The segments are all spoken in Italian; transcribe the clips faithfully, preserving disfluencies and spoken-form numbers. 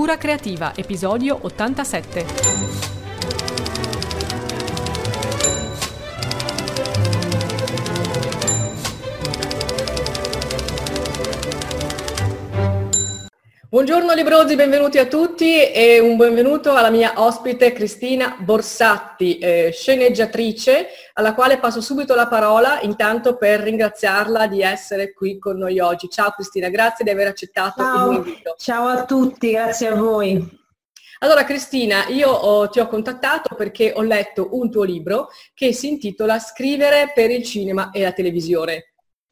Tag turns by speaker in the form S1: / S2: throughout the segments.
S1: Scrittura creativa, episodio ottantasette.
S2: Buongiorno Librosi, benvenuti a tutti e un benvenuto alla mia ospite Cristina Borsatti, eh, sceneggiatrice, alla quale passo subito la parola intanto per ringraziarla di essere qui con noi oggi. Ciao Cristina, grazie di aver accettato
S3: Ciao.
S2: il mio invito.
S3: Ciao a tutti, grazie a voi.
S2: Allora Cristina, io ho, ti ho contattato perché ho letto un tuo libro che si intitola Scrivere per il cinema e la televisione.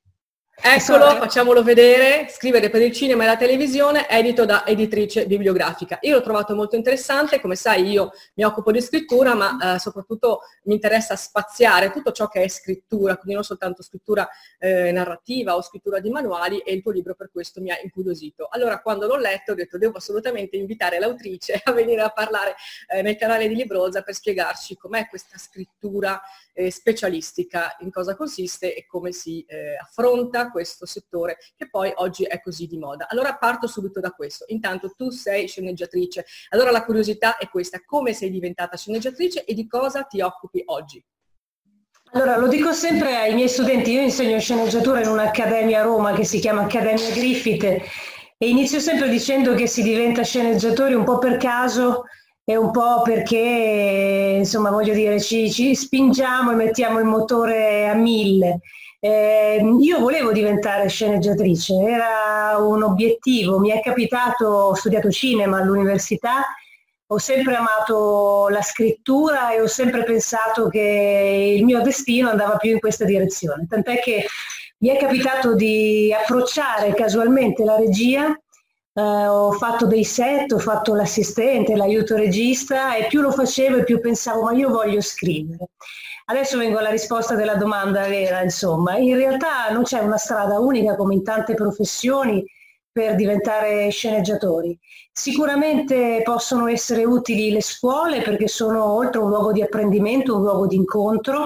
S2: Eccolo, facciamolo vedere, Scrivere per il cinema e la televisione, edito da Editrice Bibliografica. Io l'ho trovato molto interessante, come sai io mi occupo di scrittura, ma eh, soprattutto mi interessa spaziare tutto ciò che è scrittura, quindi non soltanto scrittura eh, narrativa o scrittura di manuali, e il tuo libro per questo mi ha incuriosito. Allora quando l'ho letto ho detto devo assolutamente invitare l'autrice a venire a parlare eh, nel canale di Librosa per spiegarci com'è questa scrittura eh, specialistica, in cosa consiste e come si eh, affronta questo settore che poi oggi è così di moda. Allora parto subito da questo. Intanto tu sei sceneggiatrice, allora la curiosità è questa: come sei diventata sceneggiatrice e di cosa ti occupi oggi?
S3: Allora, lo dico sempre ai miei studenti, io insegno sceneggiatura in un'accademia a Roma che si chiama Accademia Griffith e inizio sempre dicendo che si diventa sceneggiatori un po' per caso e un po' perché, insomma, voglio dire, ci, ci spingiamo e mettiamo il motore a mille. Eh, io volevo diventare sceneggiatrice, era un obiettivo, mi è capitato, ho studiato cinema all'università, ho sempre amato la scrittura e ho sempre pensato che il mio destino andava più in questa direzione, tant'è che mi è capitato di approcciare casualmente la regia, eh, ho fatto dei set, ho fatto l'assistente, l'aiuto regista e più lo facevo e più pensavo ma io voglio scrivere. Adesso vengo alla risposta della domanda vera, insomma. In realtà non c'è una strada unica come in tante professioni per diventare sceneggiatori. Sicuramente possono essere utili le scuole perché sono oltre un luogo di apprendimento, un luogo di incontro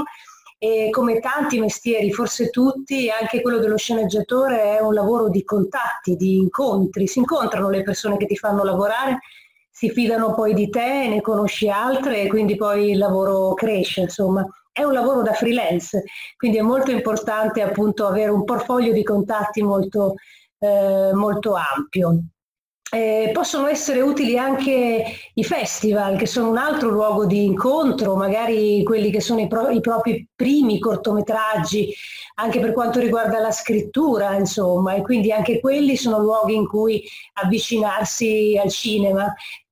S3: e come tanti mestieri, forse tutti, anche quello dello sceneggiatore è un lavoro di contatti, di incontri. Si incontrano le persone che ti fanno lavorare, si fidano poi di te, ne conosci altre e quindi poi il lavoro cresce, insomma. È un lavoro da freelance, quindi è molto importante appunto avere un portfolio di contatti molto, eh, molto ampio. Eh, possono essere utili anche i festival, che sono un altro luogo di incontro, magari quelli che sono i, pro- i propri primi cortometraggi, anche per quanto riguarda la scrittura, insomma, e quindi anche quelli sono luoghi in cui avvicinarsi al cinema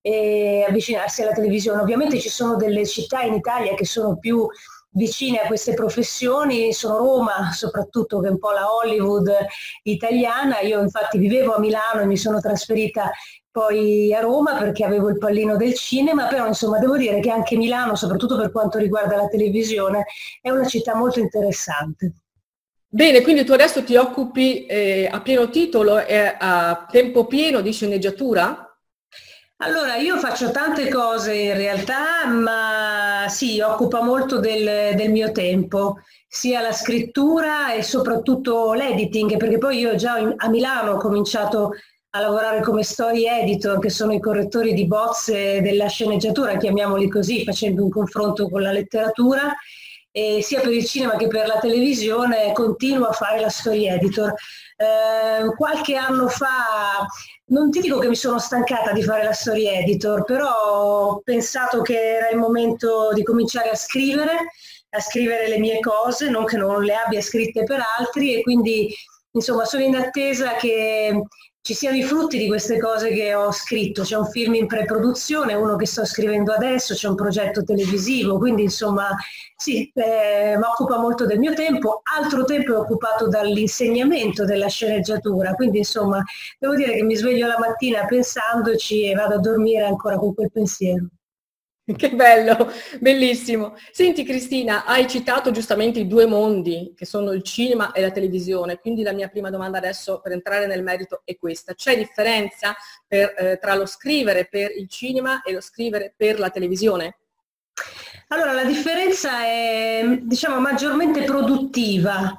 S3: e avvicinarsi alla televisione. Ovviamente ci sono delle città in Italia che sono più vicine a queste professioni, sono Roma soprattutto, che è un po' la Hollywood italiana. Io infatti vivevo a Milano e mi sono trasferita poi a Roma perché avevo il pallino del cinema, però insomma devo dire che anche Milano, soprattutto per quanto riguarda la televisione, è una città molto interessante.
S2: Bene, quindi tu adesso ti occupi eh, a pieno titolo e a tempo pieno di sceneggiatura?
S3: Allora, io faccio tante cose in realtà, ma sì, occupa molto del, del mio tempo, sia la scrittura e soprattutto l'editing, perché poi io già in, a Milano ho cominciato a lavorare come story editor, che sono i correttori di bozze della sceneggiatura, chiamiamoli così, facendo un confronto con la letteratura, e sia per il cinema che per la televisione continuo a fare la story editor. Eh, qualche anno fa, non ti dico che mi sono stancata di fare la story editor, però ho pensato che era il momento di cominciare a scrivere, a scrivere le mie cose, non che non le abbia scritte per altri, e quindi insomma sono in attesa che ci siano i frutti di queste cose che ho scritto. C'è un film in pre-produzione, uno che sto scrivendo adesso, c'è un progetto televisivo, quindi insomma sì, eh, mi occupa molto del mio tempo. Altro tempo è occupato dall'insegnamento della sceneggiatura, quindi insomma devo dire che mi sveglio la mattina pensandoci e vado a dormire ancora con quel pensiero.
S2: Che bello, bellissimo. Senti Cristina, hai citato giustamente i due mondi che sono il cinema e la televisione, quindi la mia prima domanda adesso per entrare nel merito è questa: c'è differenza per, eh, tra lo scrivere per il cinema e lo scrivere per la televisione?
S3: Allora, la differenza è, diciamo, maggiormente produttiva.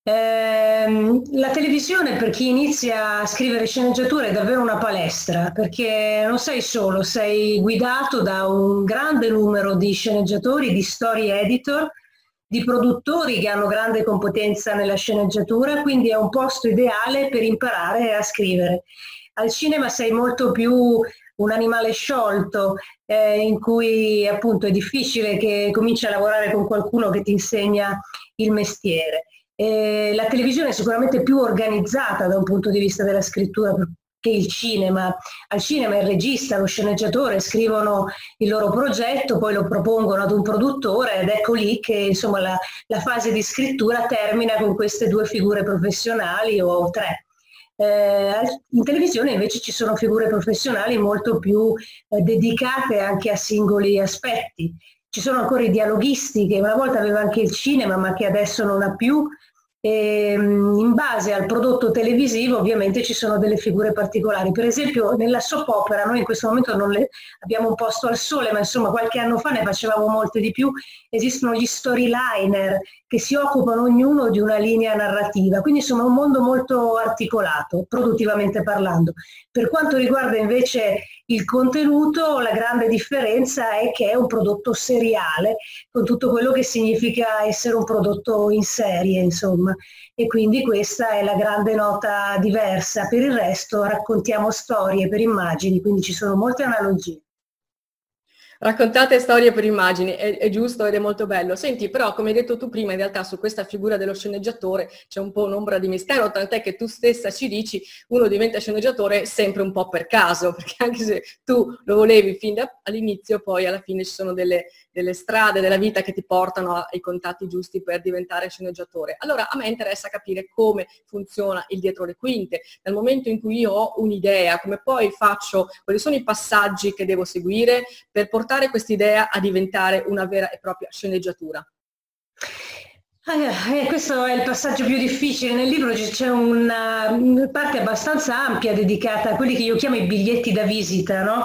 S3: Ehm, la televisione per chi inizia a scrivere sceneggiature è davvero una palestra, perché non sei solo, sei guidato da un grande numero di sceneggiatori, di story editor, di produttori che hanno grande competenza nella sceneggiatura, quindi è un posto ideale per imparare a scrivere. Al cinema sei molto più un animale sciolto, eh, in cui appunto è difficile che cominci a lavorare con qualcuno che ti insegna il mestiere. Eh, la televisione è sicuramente più organizzata da un punto di vista della scrittura che il cinema. Al cinema il regista, lo sceneggiatore scrivono il loro progetto, poi lo propongono ad un produttore ed ecco lì che insomma la, la fase di scrittura termina con queste due figure professionali o tre. Eh, in televisione invece ci sono figure professionali molto più eh, dedicate anche a singoli aspetti. Ci sono ancora i dialoghisti che una volta aveva anche il cinema ma che adesso non ha più. E, in base al prodotto televisivo ovviamente ci sono delle figure particolari. Per esempio nella soap opera, noi in questo momento non le abbiamo un posto al sole, ma insomma qualche anno fa ne facevamo molte di più. Esistono gli storyliner che si occupano ognuno di una linea narrativa, quindi insomma è un mondo molto articolato, produttivamente parlando. Per quanto riguarda invece il contenuto, la grande differenza è che è un prodotto seriale, con tutto quello che significa essere un prodotto in serie, insomma. E quindi questa è la grande nota diversa. Per il resto raccontiamo storie per immagini, quindi ci sono molte analogie.
S2: Raccontate storie per immagini, è, è giusto ed è molto bello. Senti, però, come hai detto tu prima, in realtà su questa figura dello sceneggiatore c'è un po' un'ombra di mistero, tant'è che tu stessa ci dici uno diventa sceneggiatore sempre un po' per caso, perché anche se tu lo volevi fin dall'inizio, poi alla fine ci sono delle, delle strade della vita che ti portano ai contatti giusti per diventare sceneggiatore. Allora, a me interessa capire come funziona il dietro le quinte, dal momento in cui io ho un'idea, come poi faccio, quali sono i passaggi che devo seguire per portare portare quest'idea a diventare una vera e propria sceneggiatura?
S3: Ah, eh, questo è il passaggio più difficile. Nel libro c'è una, una parte abbastanza ampia dedicata a quelli che io chiamo i biglietti da visita, no?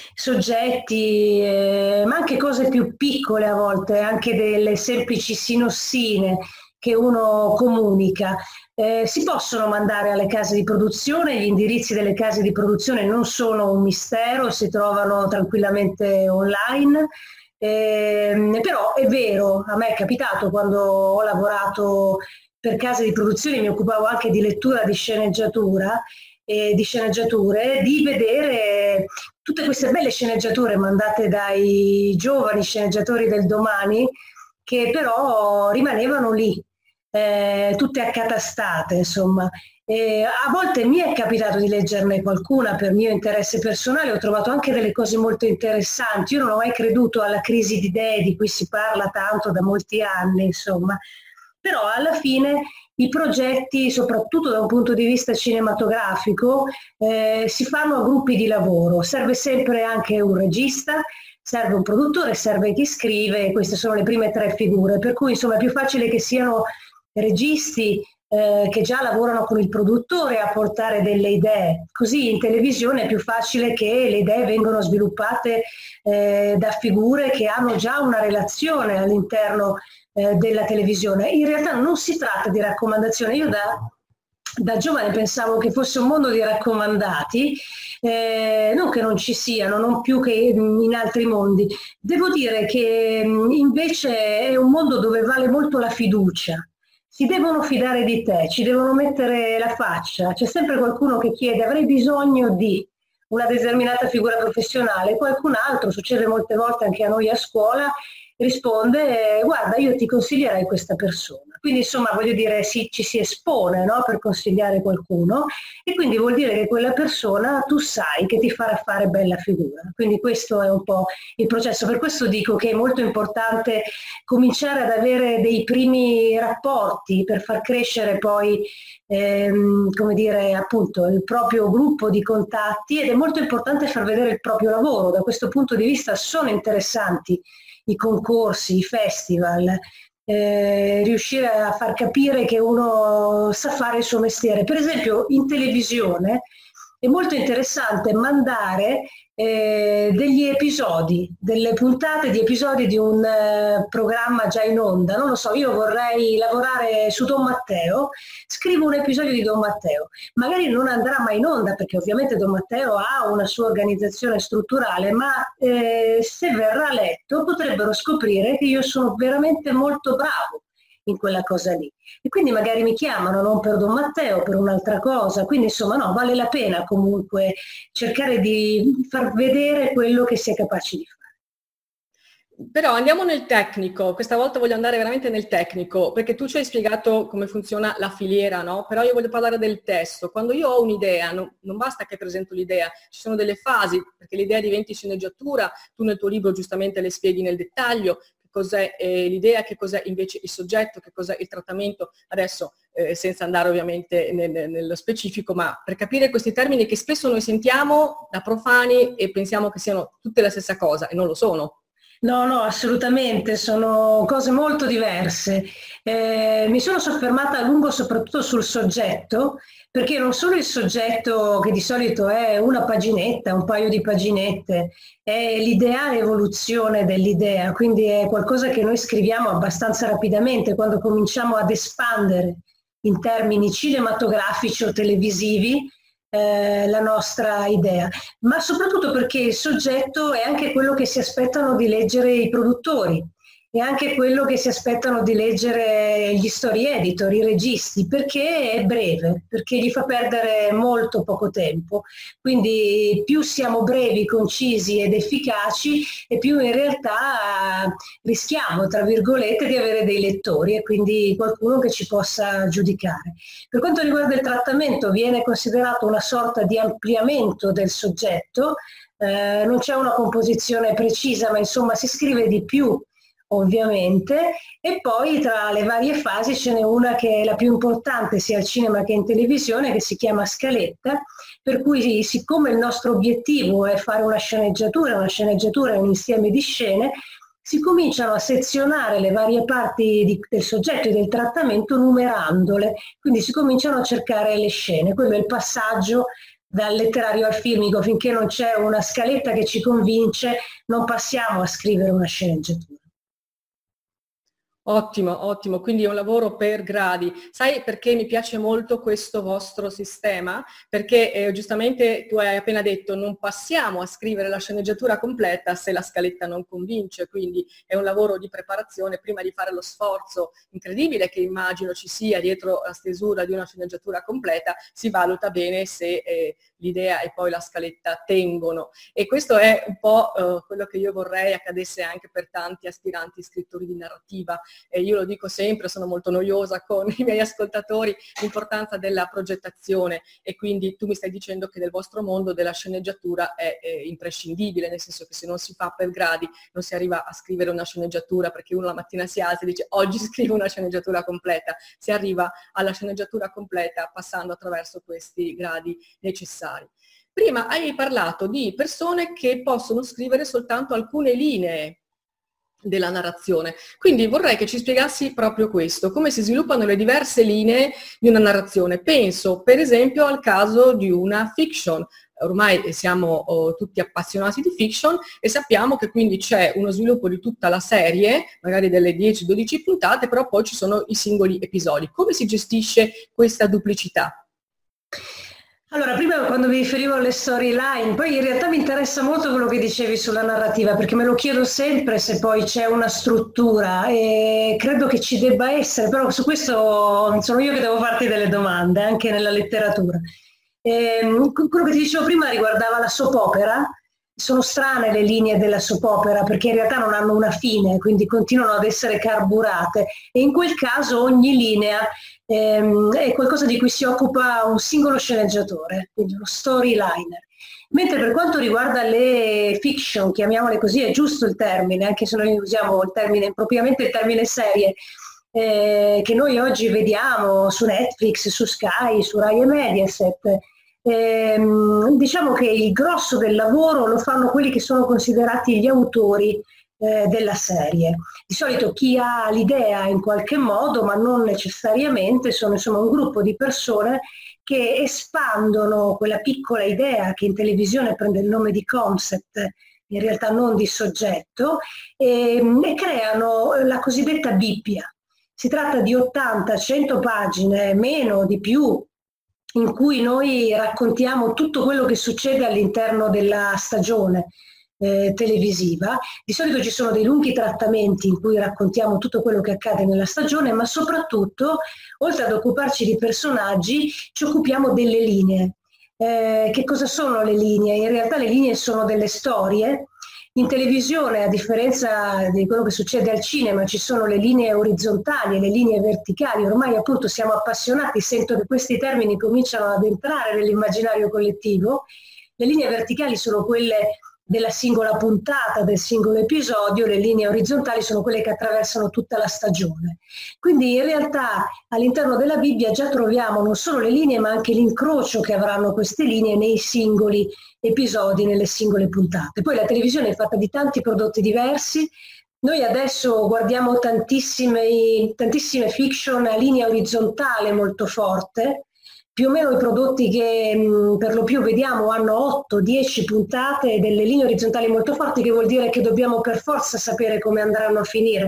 S3: Soggetti, eh, ma anche cose più piccole a volte, anche delle semplici sinossine che uno comunica. Eh, si possono mandare alle case di produzione, gli indirizzi delle case di produzione non sono un mistero, si trovano tranquillamente online, eh, però è vero, a me è capitato quando ho lavorato per case di produzione, mi occupavo anche di lettura di sceneggiatura, eh, di sceneggiature, di vedere tutte queste belle sceneggiature mandate dai giovani sceneggiatori del domani che però rimanevano lì. Eh, tutte accatastate, insomma. Eh, a volte mi è capitato di leggerne qualcuna per mio interesse personale, ho trovato anche delle cose molto interessanti. Io non ho mai creduto alla crisi di idee di cui si parla tanto da molti anni, insomma. Però alla fine i progetti, soprattutto da un punto di vista cinematografico, eh, si fanno a gruppi di lavoro. Serve sempre anche un regista, serve un produttore, serve chi scrive, queste sono le prime tre figure, per cui insomma è più facile che siano registi eh, che già lavorano con il produttore a portare delle idee, così in televisione è più facile che le idee vengano sviluppate eh, da figure che hanno già una relazione all'interno eh, della televisione. In realtà non si tratta di raccomandazione, io da, da giovane pensavo che fosse un mondo di raccomandati, eh, non che non ci siano, non più che in altri mondi. Devo dire che invece è un mondo dove vale molto la fiducia. Si devono fidare di te, ci devono mettere la faccia, c'è sempre qualcuno che chiede avrei bisogno di una determinata figura professionale, qualcun altro, succede molte volte anche a noi a scuola, risponde guarda io ti consiglierei questa persona. Quindi insomma voglio dire sì, ci si espone, no, per consigliare qualcuno e quindi vuol dire che quella persona tu sai che ti farà fare bella figura. Quindi questo è un po' il processo. Per questo dico che è molto importante cominciare ad avere dei primi rapporti per far crescere poi ehm, come dire appunto il proprio gruppo di contatti ed è molto importante far vedere il proprio lavoro. Da questo punto di vista sono interessanti i concorsi, i festival, eh, riuscire a far capire che uno sa fare il suo mestiere. Per esempio in televisione è molto interessante mandare eh, degli episodi, delle puntate di episodi di un eh, programma già in onda. Non lo so, io vorrei lavorare su Don Matteo, scrivo un episodio di Don Matteo. Magari non andrà mai in onda perché ovviamente Don Matteo ha una sua organizzazione strutturale, ma eh, se verrà letto potrebbero scoprire che io sono veramente molto bravo in quella cosa lì. E quindi magari mi chiamano non per Don Matteo, per un'altra cosa. Quindi insomma no, vale la pena comunque cercare di far vedere quello che si è capaci di fare.
S2: Però andiamo nel tecnico, questa volta voglio andare veramente nel tecnico, perché tu ci hai spiegato come funziona la filiera, no? Però io voglio parlare del testo. Quando io ho un'idea, no, non basta che presento l'idea, ci sono delle fasi, perché l'idea diventi sceneggiatura, tu nel tuo libro giustamente le spieghi nel dettaglio, cos'è eh, l'idea, che cos'è invece il soggetto, che cos'è il trattamento, adesso eh, senza andare ovviamente nel, nello specifico, ma per capire questi termini che spesso noi sentiamo da profani e pensiamo che siano tutte la stessa cosa e non lo sono.
S3: No, no, assolutamente, sono cose molto diverse. Eh, mi sono soffermata a lungo soprattutto sul soggetto, perché non solo il soggetto, che di solito è una paginetta, un paio di paginette, è l'ideale evoluzione dell'idea, quindi è qualcosa che noi scriviamo abbastanza rapidamente quando cominciamo ad espandere in termini cinematografici o televisivi Eh, la nostra idea, ma soprattutto perché il soggetto è anche quello che si aspettano di leggere i produttori, è anche quello che si aspettano di leggere gli story editor, i registi, perché è breve, perché gli fa perdere molto poco tempo. Quindi più siamo brevi, concisi ed efficaci e più in realtà rischiamo, tra virgolette, di avere dei lettori e quindi qualcuno che ci possa giudicare. Per quanto riguarda il trattamento, viene considerato una sorta di ampliamento del soggetto, eh, non c'è una composizione precisa, ma insomma si scrive di più ovviamente, e poi tra le varie fasi ce n'è una che è la più importante sia al cinema che in televisione, che si chiama scaletta, per cui siccome il nostro obiettivo è fare una sceneggiatura, una sceneggiatura è un insieme di scene, si cominciano a sezionare le varie parti di, del soggetto e del trattamento numerandole, quindi si cominciano a cercare le scene. Quello è il passaggio dal letterario al filmico. Finché non c'è una scaletta che ci convince, non passiamo a scrivere una sceneggiatura.
S2: Ottimo, ottimo, quindi è un lavoro per gradi. Sai perché mi piace molto questo vostro sistema? Perché eh, giustamente tu hai appena detto non passiamo a scrivere la sceneggiatura completa se la scaletta non convince, quindi è un lavoro di preparazione prima di fare lo sforzo incredibile che immagino ci sia dietro la stesura di una sceneggiatura completa, si valuta bene se eh, l'idea e poi la scaletta tengono. E questo è un po' eh, quello che io vorrei accadesse anche per tanti aspiranti scrittori di narrativa. E io lo dico sempre, sono molto noiosa con i miei ascoltatori, l'importanza della progettazione, e quindi tu mi stai dicendo che nel vostro mondo della sceneggiatura è, è imprescindibile, nel senso che se non si fa per gradi non si arriva a scrivere una sceneggiatura perché uno la mattina si alza e dice oggi scrivo una sceneggiatura completa, si arriva alla sceneggiatura completa passando attraverso questi gradi necessari. Prima hai parlato di persone che possono scrivere soltanto alcune linee della narrazione. Quindi vorrei che ci spiegassi proprio questo, come si sviluppano le diverse linee di una narrazione. Penso per esempio al caso di una fiction. Ormai siamo oh, tutti appassionati di fiction e sappiamo che quindi c'è uno sviluppo di tutta la serie, magari delle dieci dodici puntate, però poi ci sono i singoli episodi. Come si gestisce questa duplicità?
S3: Allora, prima quando mi riferivo alle storyline, poi in realtà mi interessa molto quello che dicevi sulla narrativa, perché me lo chiedo sempre se poi c'è una struttura e credo che ci debba essere, però su questo sono io che devo farti delle domande, anche nella letteratura. E, quello che ti dicevo prima riguardava la soap opera. Sono strane le linee della soap opera perché in realtà non hanno una fine, quindi continuano ad essere carburate e in quel caso ogni linea ehm, è qualcosa di cui si occupa un singolo sceneggiatore, quindi uno storyliner. Mentre per quanto riguarda le fiction, chiamiamole così, è giusto il termine, anche se noi usiamo il termine, impropriamente il termine serie, eh, che noi oggi vediamo su Netflix, su Sky, su Rai e Mediaset. Eh, diciamo che il grosso del lavoro lo fanno quelli che sono considerati gli autori eh, della serie. Di solito chi ha l'idea in qualche modo, ma non necessariamente, sono insomma un gruppo di persone che espandono quella piccola idea che in televisione prende il nome di concept, in realtà non di soggetto, e, e creano la cosiddetta Bibbia. Si tratta di ottanta cento pagine, meno di più, in cui noi raccontiamo tutto quello che succede all'interno della stagione eh, televisiva. Di solito ci sono dei lunghi trattamenti in cui raccontiamo tutto quello che accade nella stagione, ma soprattutto, oltre ad occuparci di personaggi, ci occupiamo delle linee. Eh, che cosa sono le linee? In realtà le linee sono delle storie. In televisione, a differenza di quello che succede al cinema, ci sono le linee orizzontali e le linee verticali. Ormai appunto siamo appassionati, sento che questi termini cominciano ad entrare nell'immaginario collettivo. Le linee verticali sono quelle della singola puntata, del singolo episodio, le linee orizzontali sono quelle che attraversano tutta la stagione. Quindi in realtà all'interno della Bibbia già troviamo non solo le linee, ma anche l'incrocio che avranno queste linee nei singoli episodi, nelle singole puntate. Poi la televisione è fatta di tanti prodotti diversi. Noi adesso guardiamo tantissime, tantissime fiction a linea orizzontale molto forte. Più o meno i prodotti che mh, per lo più vediamo hanno otto dieci puntate e delle linee orizzontali molto forti, che vuol dire che dobbiamo per forza sapere come andranno a finire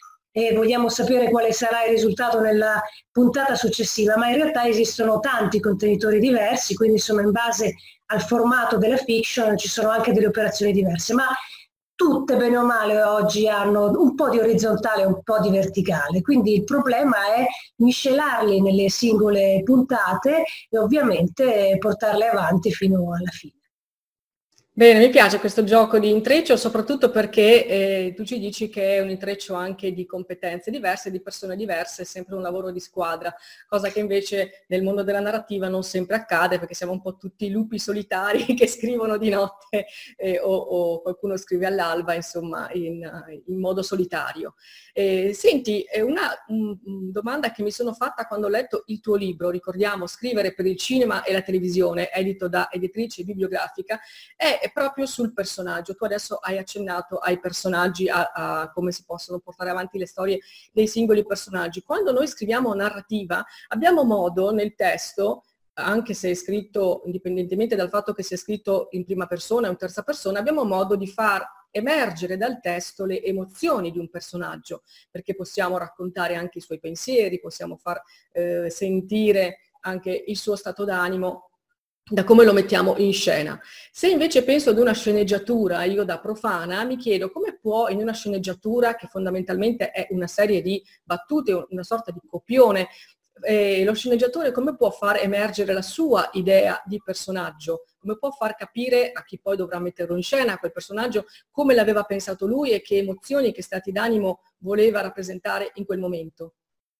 S3: e vogliamo sapere quale sarà il risultato nella puntata successiva, ma in realtà esistono tanti contenitori diversi, quindi insomma in base al formato della fiction ci sono anche delle operazioni diverse, ma tutte bene o male oggi hanno un po' di orizzontale e un po' di verticale, quindi il problema è miscelarli nelle singole puntate e ovviamente portarle avanti fino alla fine.
S2: Bene, mi piace questo gioco di intreccio, soprattutto perché eh, tu ci dici che è un intreccio anche di competenze diverse, di persone diverse, è sempre un lavoro di squadra, cosa che invece nel mondo della narrativa non sempre accade, perché siamo un po' tutti lupi solitari che scrivono di notte eh, o, o qualcuno scrive all'alba, insomma, in, in modo solitario. Eh, senti, una um, domanda che mi sono fatta quando ho letto il tuo libro, ricordiamo, Scrivere per il cinema e la televisione, edito da Editrice Bibliografica, è è proprio sul personaggio. Tu adesso hai accennato ai personaggi, a, a come si possono portare avanti le storie dei singoli personaggi. Quando noi scriviamo narrativa abbiamo modo nel testo, anche se è scritto, indipendentemente dal fatto che sia scritto in prima persona o in terza persona, abbiamo modo di far emergere dal testo le emozioni di un personaggio, perché possiamo raccontare anche i suoi pensieri, possiamo far eh, sentire anche il suo stato d'animo da come lo mettiamo in scena. Se invece penso ad una sceneggiatura, io da profana mi chiedo come può in una sceneggiatura, che fondamentalmente è una serie di battute, una sorta di copione, eh, lo sceneggiatore come può far emergere la sua idea di personaggio, come può far capire a chi poi dovrà metterlo in scena quel personaggio come l'aveva pensato lui e che emozioni, che stati d'animo voleva rappresentare in quel momento.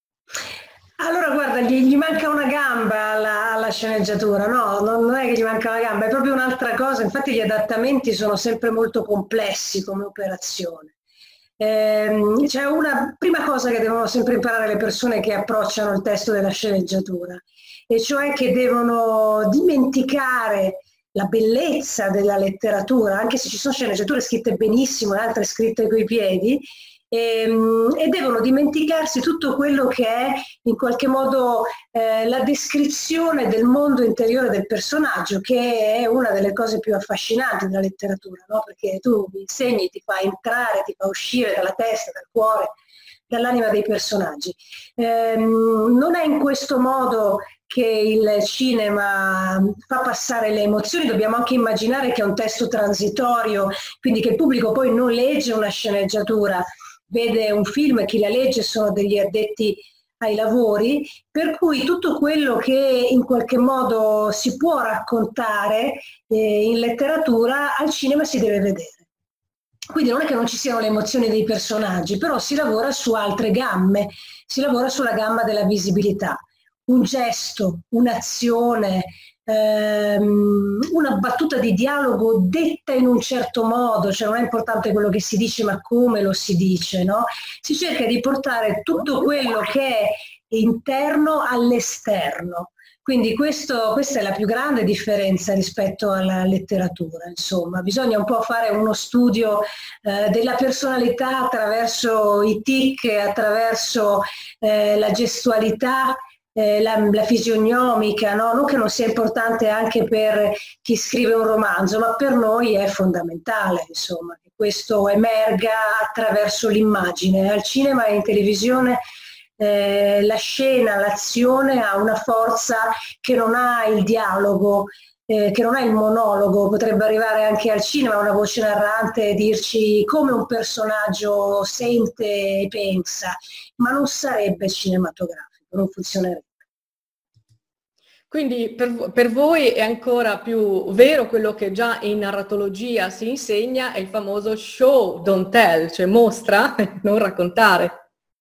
S3: Allora guarda, gli, gli manca una gamba alla, alla sceneggiatura, no? Non, non è che gli manca una gamba, è proprio un'altra cosa. Infatti gli adattamenti sono sempre molto complessi come operazione. Ehm, c'è una prima cosa che devono sempre imparare le persone che approcciano il testo della sceneggiatura, e cioè che devono dimenticare la bellezza della letteratura, anche se ci sono sceneggiature scritte benissimo e altre scritte coi piedi, E, e devono dimenticarsi tutto quello che è in qualche modo eh, la descrizione del mondo interiore del personaggio, che è una delle cose più affascinanti della letteratura, no? Perché tu mi insegni, ti fa entrare, ti fa uscire dalla testa, dal cuore, dall'anima dei personaggi. Eh, non è in questo modo che il cinema fa passare le emozioni, dobbiamo anche immaginare che è un testo transitorio, quindi che il pubblico poi non legge una sceneggiatura, vede un film e chi la legge sono degli addetti ai lavori, per cui tutto quello che in qualche modo si può raccontare eh, in letteratura al cinema si deve vedere. Quindi non è che non ci siano le emozioni dei personaggi, però si lavora su altre gamme, si lavora sulla gamma della visibilità. Un gesto, un'azione, ehm, una battuta di dialogo detta in un certo modo, cioè non è importante quello che si dice ma come lo si dice, no? Si cerca di portare tutto quello che è interno all'esterno. Quindi questo, questa è la più grande differenza rispetto alla letteratura, insomma. Bisogna un po' fare uno studio eh, della personalità attraverso i tic, attraverso eh, la gestualità, eh, la, la fisionomica, no? Non che non sia importante anche per chi scrive un romanzo, ma per noi è fondamentale, insomma, che questo emerga attraverso l'immagine. Al cinema e in televisione Eh, la scena, l'azione ha una forza che non ha il dialogo, eh, che non ha il monologo. Potrebbe arrivare anche al cinema una voce narrante e dirci come un personaggio sente e pensa, ma non sarebbe cinematografico, non funzionerebbe.
S2: Quindi per, per voi è ancora più vero quello che già in narratologia si insegna, è il famoso show, don't tell, cioè mostra, non raccontare.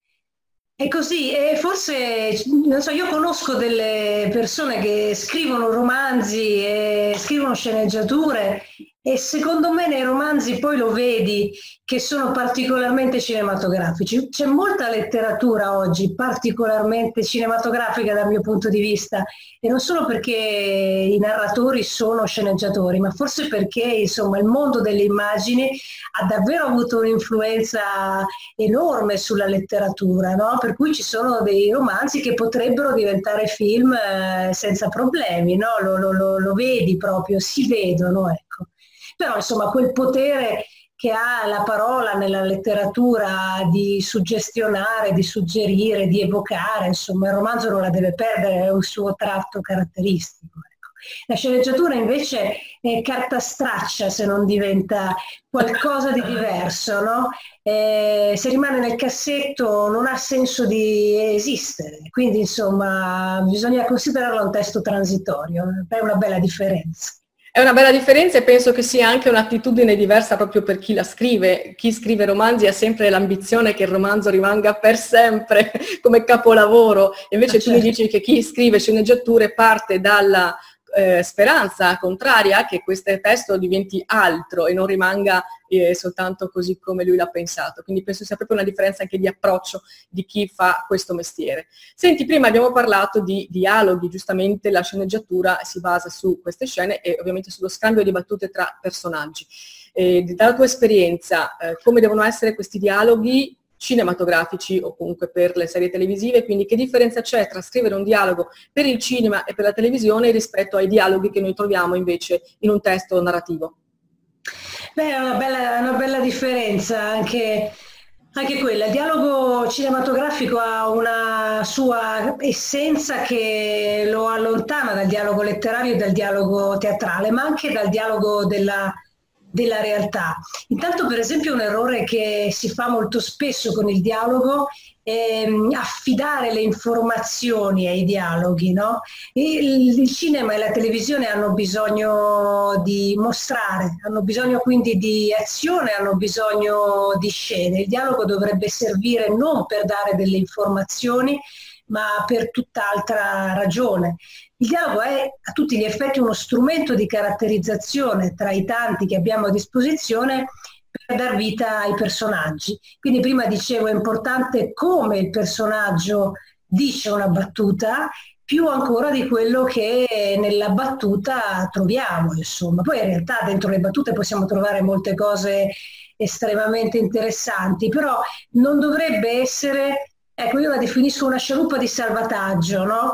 S3: È così, e forse, non so, io conosco delle persone che scrivono romanzi e scrivono sceneggiature e secondo me nei romanzi poi lo vedi che sono particolarmente cinematografici. C'è molta letteratura oggi particolarmente cinematografica dal mio punto di vista, e non solo perché i narratori sono sceneggiatori, ma forse perché insomma il mondo delle immagini ha davvero avuto un'influenza enorme sulla letteratura, no? Per cui ci sono dei romanzi che potrebbero diventare film eh, senza problemi, no? Lo, lo, lo, lo vedi proprio, si vedono, ecco. Però insomma quel potere che ha la parola nella letteratura di suggestionare, di suggerire, di evocare, insomma il romanzo non la deve perdere, è un suo tratto caratteristico. Ecco. La sceneggiatura invece è carta straccia se non diventa qualcosa di diverso, no? Eh, se rimane nel cassetto non ha senso di esistere, quindi insomma bisogna considerarlo un testo transitorio, è una bella differenza.
S2: È una bella differenza e penso che sia anche un'attitudine diversa proprio per chi la scrive. Chi scrive romanzi ha sempre l'ambizione che il romanzo rimanga per sempre come capolavoro. Invece tu mi dici che chi scrive sceneggiature parte dalla eh, speranza contraria che questo testo diventi altro e non rimanga eh, soltanto così come lui l'ha pensato. Quindi penso sia proprio una differenza anche di approccio di chi fa questo mestiere. Senti, prima abbiamo parlato di dialoghi, giustamente la sceneggiatura si basa su queste scene e ovviamente sullo scambio di battute tra personaggi. Eh, dalla tua esperienza, eh, come devono essere questi dialoghi cinematografici o comunque per le serie televisive, quindi che differenza c'è tra scrivere un dialogo per il cinema e per la televisione rispetto ai dialoghi che noi troviamo invece in un testo narrativo?
S3: Beh, è una bella, una bella differenza anche, anche quella. Il dialogo cinematografico ha una sua essenza che lo allontana dal dialogo letterario e dal dialogo teatrale, ma anche dal dialogo della della realtà. Intanto, per esempio, un errore che si fa molto spesso con il dialogo è affidare le informazioni ai dialoghi, no? Il, il cinema e la televisione hanno bisogno di mostrare, hanno bisogno quindi di azione, hanno bisogno di scene. Il dialogo dovrebbe servire non per dare delle informazioni, ma per tutt'altra ragione. Il dialogo è a tutti gli effetti uno strumento di caratterizzazione tra i tanti che abbiamo a disposizione per dar vita ai personaggi. Quindi prima dicevo è importante come il personaggio dice una battuta, più ancora di quello che nella battuta troviamo, insomma. Poi in realtà dentro le battute possiamo trovare molte cose estremamente interessanti, però non dovrebbe essere... Ecco, io la definisco una scialuppa di salvataggio, no?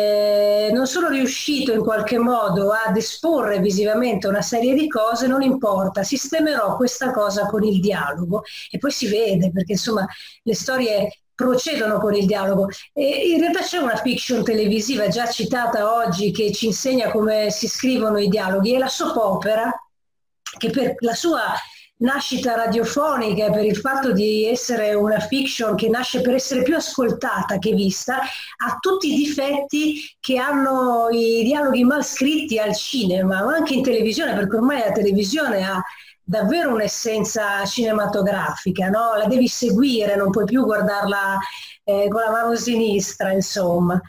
S3: Eh, non sono riuscito in qualche modo ad esporre visivamente una serie di cose, non importa, sistemerò questa cosa con il dialogo e poi si vede, perché insomma le storie procedono con il dialogo. E in realtà c'è una fiction televisiva già citata oggi che ci insegna come si scrivono i dialoghi, è la soap opera, che per la sua nascita radiofonica, per il fatto di essere una fiction che nasce per essere più ascoltata che vista, ha tutti i difetti che hanno i dialoghi mal scritti al cinema, ma anche in televisione, perché ormai la televisione ha davvero un'essenza cinematografica, no? La devi seguire, non puoi più guardarla eh, con la mano sinistra, insomma.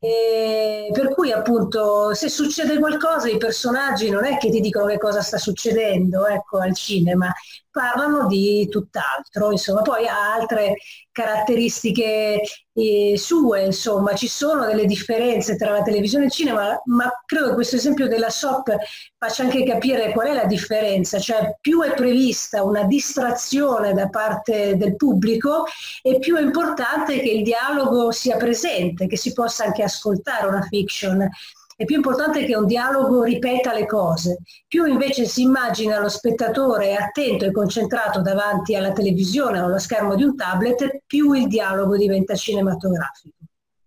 S3: E per cui appunto se succede qualcosa i personaggi non è che ti dicono che cosa sta succedendo, ecco, al cinema, parlano di tutt'altro, insomma. Poi ha altre caratteristiche eh, sue, insomma, ci sono delle differenze tra la televisione e il cinema, ma credo che questo esempio della soap faccia anche capire qual è la differenza, cioè più è prevista una distrazione da parte del pubblico e più è importante che il dialogo sia presente, che si possa anche ascoltare una fiction. È più importante che un dialogo ripeta le cose. Più invece si immagina lo spettatore attento e concentrato davanti alla televisione o allo schermo di un tablet, più il dialogo diventa cinematografico.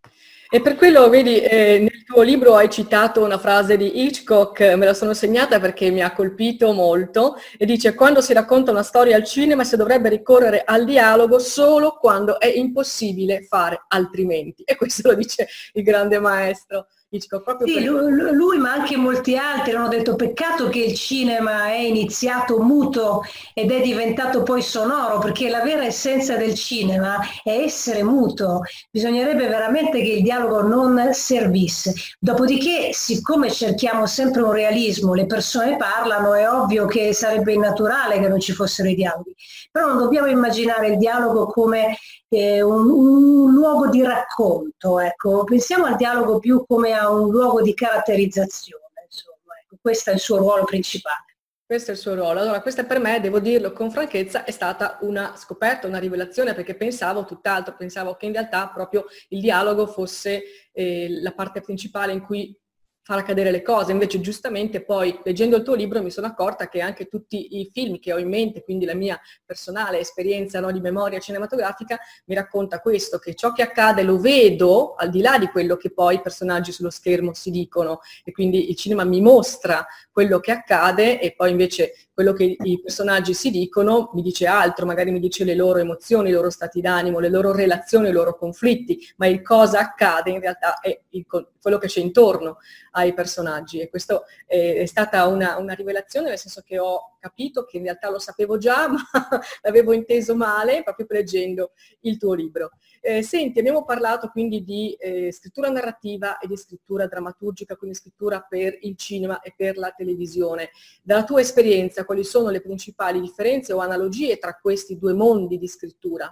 S2: E per quello, vedi, eh, nel tuo libro hai citato una frase di Hitchcock, me la sono segnata perché mi ha colpito molto, e dice: quando si racconta una storia al cinema si dovrebbe ricorrere al dialogo solo quando è impossibile fare altrimenti. E questo lo dice il grande maestro Hitchcock. Proprio
S3: sì,
S2: per...
S3: lui, lui, ma anche molti altri hanno detto: peccato che il cinema è iniziato muto ed è diventato poi sonoro, perché la vera essenza del cinema è essere muto. Bisognerebbe veramente che il dialogo non servisse. Dopodiché, siccome cerchiamo sempre un realismo, le persone parlano, è ovvio che sarebbe innaturale che non ci fossero i dialoghi. Però non dobbiamo immaginare il dialogo come eh, un, un luogo di racconto, ecco. Pensiamo al dialogo più come a un luogo di caratterizzazione, insomma, ecco. Questo è il suo ruolo principale.
S2: Questo è il suo ruolo. Allora, questa per me, devo dirlo con franchezza, è stata una scoperta, una rivelazione, perché pensavo tutt'altro, pensavo che in realtà proprio il dialogo fosse eh, la parte principale in cui far accadere le cose. Invece giustamente poi, leggendo il tuo libro, mi sono accorta che anche tutti i film che ho in mente, quindi la mia personale esperienza, no, di memoria cinematografica, mi racconta questo, che ciò che accade lo vedo al di là di quello che poi i personaggi sullo schermo si dicono, e quindi il cinema mi mostra quello che accade e poi invece quello che i personaggi si dicono mi dice altro, magari mi dice le loro emozioni, i loro stati d'animo, le loro relazioni, i loro conflitti, ma il cosa accade in realtà è il, quello che c'è intorno ai personaggi. E questo è, è stata una, una rivelazione, nel senso che ho capito che in realtà lo sapevo già, ma l'avevo inteso male proprio leggendo il tuo libro. Eh, senti, abbiamo parlato quindi di eh, scrittura narrativa e di scrittura drammaturgica, quindi scrittura per il cinema e per la televisione. Dalla tua esperienza, quali sono le principali differenze o analogie tra questi due mondi di scrittura?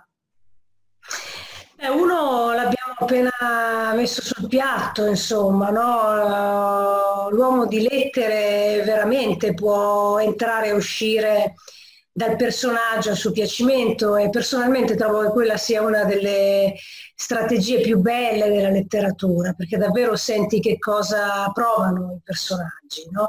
S3: Eh, uno l'abbiamo appena messo sul piatto, insomma, no? L'uomo di lettere veramente può entrare e uscire dal personaggio a suo piacimento, e personalmente trovo che quella sia una delle strategie più belle della letteratura, perché davvero senti che cosa provano i personaggi, no?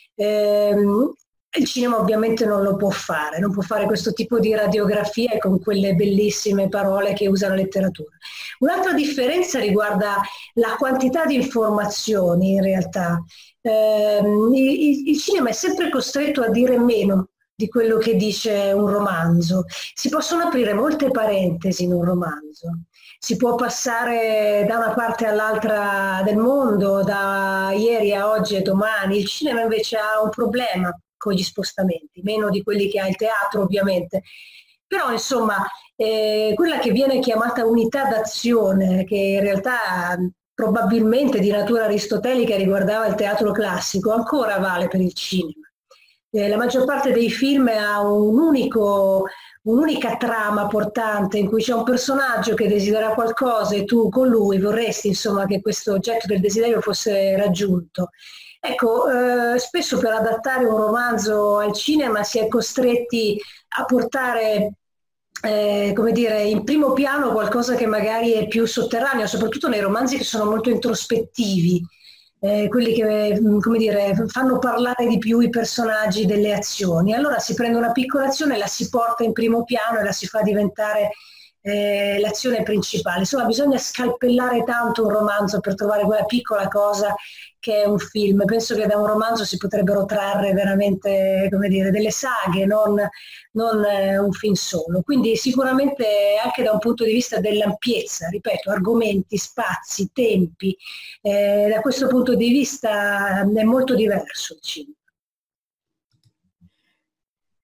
S3: Ehm, il cinema ovviamente non lo può fare, non può fare questo tipo di radiografie con quelle bellissime parole che usa la letteratura. Un'altra differenza riguarda la quantità di informazioni in realtà. Eh, il, il cinema è sempre costretto a dire meno di quello che dice un romanzo. Si possono aprire molte parentesi in un romanzo. Si può passare da una parte all'altra del mondo, da ieri a oggi e domani. Il cinema invece ha un problema con gli spostamenti, meno di quelli che ha il teatro ovviamente. Però insomma, eh, quella che viene chiamata unità d'azione, che in realtà probabilmente di natura aristotelica riguardava il teatro classico, ancora vale per il cinema. Eh, la maggior parte dei film ha un unico, un'unica trama portante in cui c'è un personaggio che desidera qualcosa e tu con lui vorresti, insomma, che questo oggetto del desiderio fosse raggiunto. Ecco, eh, spesso per adattare un romanzo al cinema si è costretti a portare, eh, come dire, in primo piano qualcosa che magari è più sotterraneo, soprattutto nei romanzi che sono molto introspettivi, eh, quelli che, come dire, fanno parlare di più i personaggi delle azioni. Allora si prende una piccola azione, la si porta in primo piano e la si fa diventare eh, l'azione principale. Insomma, bisogna scalpellare tanto un romanzo per trovare quella piccola cosa che è un film. Penso che da un romanzo si potrebbero trarre veramente, come dire, delle saghe, non, non eh, un film solo. Quindi sicuramente anche da un punto di vista dell'ampiezza, ripeto, argomenti, spazi, tempi, eh, da questo punto di vista è molto diverso il cinema.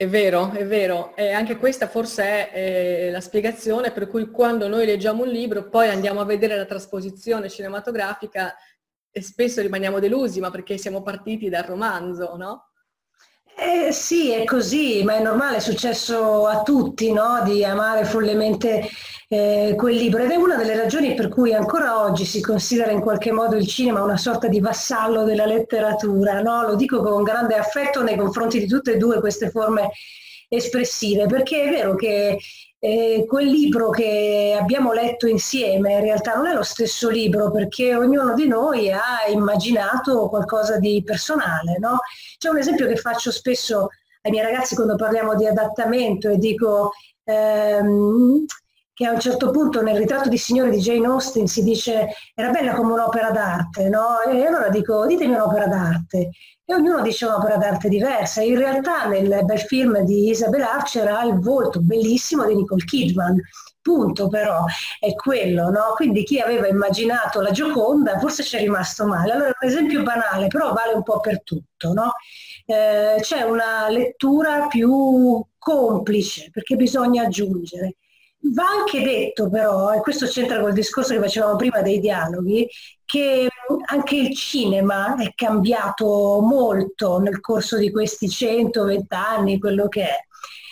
S2: È vero, è vero, e anche questa forse è eh, la spiegazione per cui quando noi leggiamo un libro poi andiamo a vedere la trasposizione cinematografica e spesso rimaniamo delusi, ma perché siamo partiti dal romanzo, no?
S3: Eh, sì, è così, ma è normale, è successo a tutti, no? Di amare follemente eh, quel libro ed è una delle ragioni per cui ancora oggi si considera in qualche modo il cinema una sorta di vassallo della letteratura, no? Lo dico con grande affetto nei confronti di tutte e due queste forme espressive, perché è vero che eh, quel libro che abbiamo letto insieme in realtà non è lo stesso libro, perché ognuno di noi ha immaginato qualcosa di personale, no? C'è un esempio che faccio spesso ai miei ragazzi quando parliamo di adattamento e dico ehm, che a un certo punto nel Ritratto di Signore di Jane Austen si dice era bella come un'opera d'arte, no? E allora dico ditemi un'opera d'arte e ognuno dice un'opera d'arte diversa. In realtà nel bel film di Isabel Archer ha il volto bellissimo di Nicole Kidman, punto, però è quello, no? Quindi chi aveva immaginato la Gioconda forse ci è rimasto male. Allora è un esempio banale, però vale un po' per tutto, no? Eh, c'è una lettura più complice perché bisogna aggiungere. Va anche detto però, e questo c'entra col discorso che facevamo prima dei dialoghi, che anche il cinema è cambiato molto nel corso di questi centoventi anni, quello che è.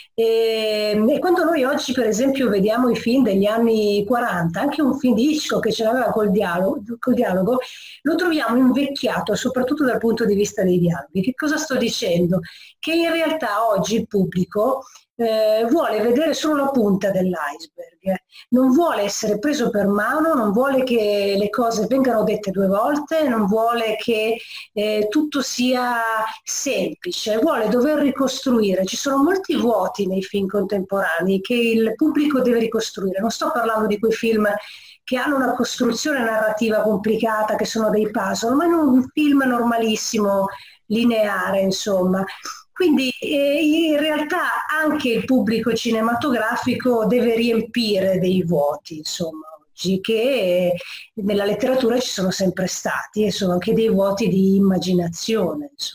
S3: E, e quando noi oggi per esempio vediamo i film degli anni quaranta, anche un film di Hitchcock che ce l'aveva col dialogo, col dialogo, lo troviamo invecchiato soprattutto dal punto di vista dei dialoghi. Che cosa sto dicendo? Che in realtà oggi il pubblico eh, vuole vedere solo la punta dell'iceberg, non vuole essere preso per mano, non vuole che le cose vengano dette due volte, non vuole che eh, tutto sia semplice, vuole dover ricostruire. Ci sono molti vuoti nei film contemporanei che il pubblico deve ricostruire. Non sto parlando di quei film che hanno una costruzione narrativa complicata, che sono dei puzzle, ma in un film normalissimo, lineare, insomma. Quindi eh, in realtà anche il pubblico cinematografico deve riempire dei vuoti, insomma, oggi, che nella letteratura ci sono sempre stati e sono anche dei vuoti di immaginazione, insomma.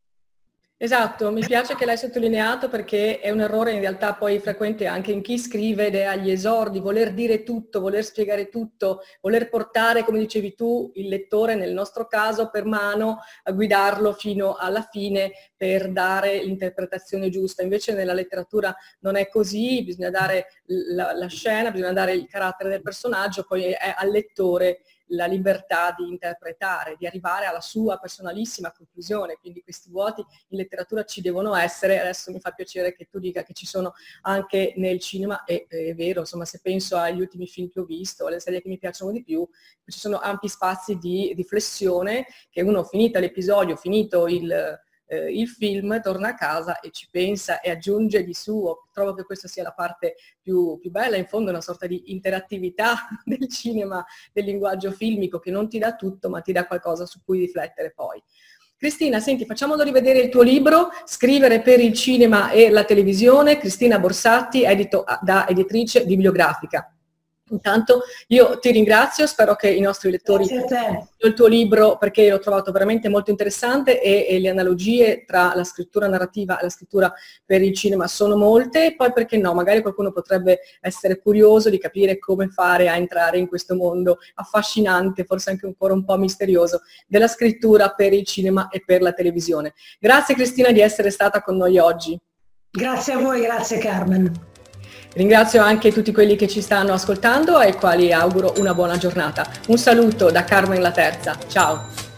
S2: Esatto, mi piace che l'hai sottolineato perché è un errore in realtà poi frequente anche in chi scrive ed è agli esordi, voler dire tutto, voler spiegare tutto, voler portare, come dicevi tu, il lettore nel nostro caso per mano a guidarlo fino alla fine per dare l'interpretazione giusta. Invece nella letteratura non è così, bisogna dare la, la scena, bisogna dare il carattere del personaggio, poi è al lettore la libertà di interpretare, di arrivare alla sua personalissima conclusione, quindi questi vuoti in letteratura ci devono essere. Adesso mi fa piacere che tu dica che ci sono anche nel cinema, e è vero, insomma, se penso agli ultimi film che ho visto, alle serie che mi piacciono di più, ci sono ampi spazi di riflessione che uno finito l'episodio, finito il Eh, il film, torna a casa e ci pensa e aggiunge di suo. Trovo che questa sia la parte più, più bella, in fondo una sorta di interattività del cinema, del linguaggio filmico che non ti dà tutto ma ti dà qualcosa su cui riflettere poi. Cristina, senti, facciamolo rivedere il tuo libro, Scrivere per il cinema e la televisione, Cristina Borsatti, edito da editrice bibliografica. Intanto io ti ringrazio, spero che i nostri lettori leggano il tuo libro perché l'ho trovato veramente molto interessante e, e le analogie tra la scrittura narrativa e la scrittura per il cinema sono molte, poi perché no, magari qualcuno potrebbe essere curioso di capire come fare a entrare in questo mondo affascinante, forse anche ancora un po' misterioso, della scrittura per il cinema e per la televisione. Grazie Cristina di essere stata con noi oggi.
S3: Grazie a voi, grazie Carmen.
S2: Ringrazio anche tutti quelli che ci stanno ascoltando e ai quali auguro una buona giornata. Un saluto da Carmen La Terza. Ciao!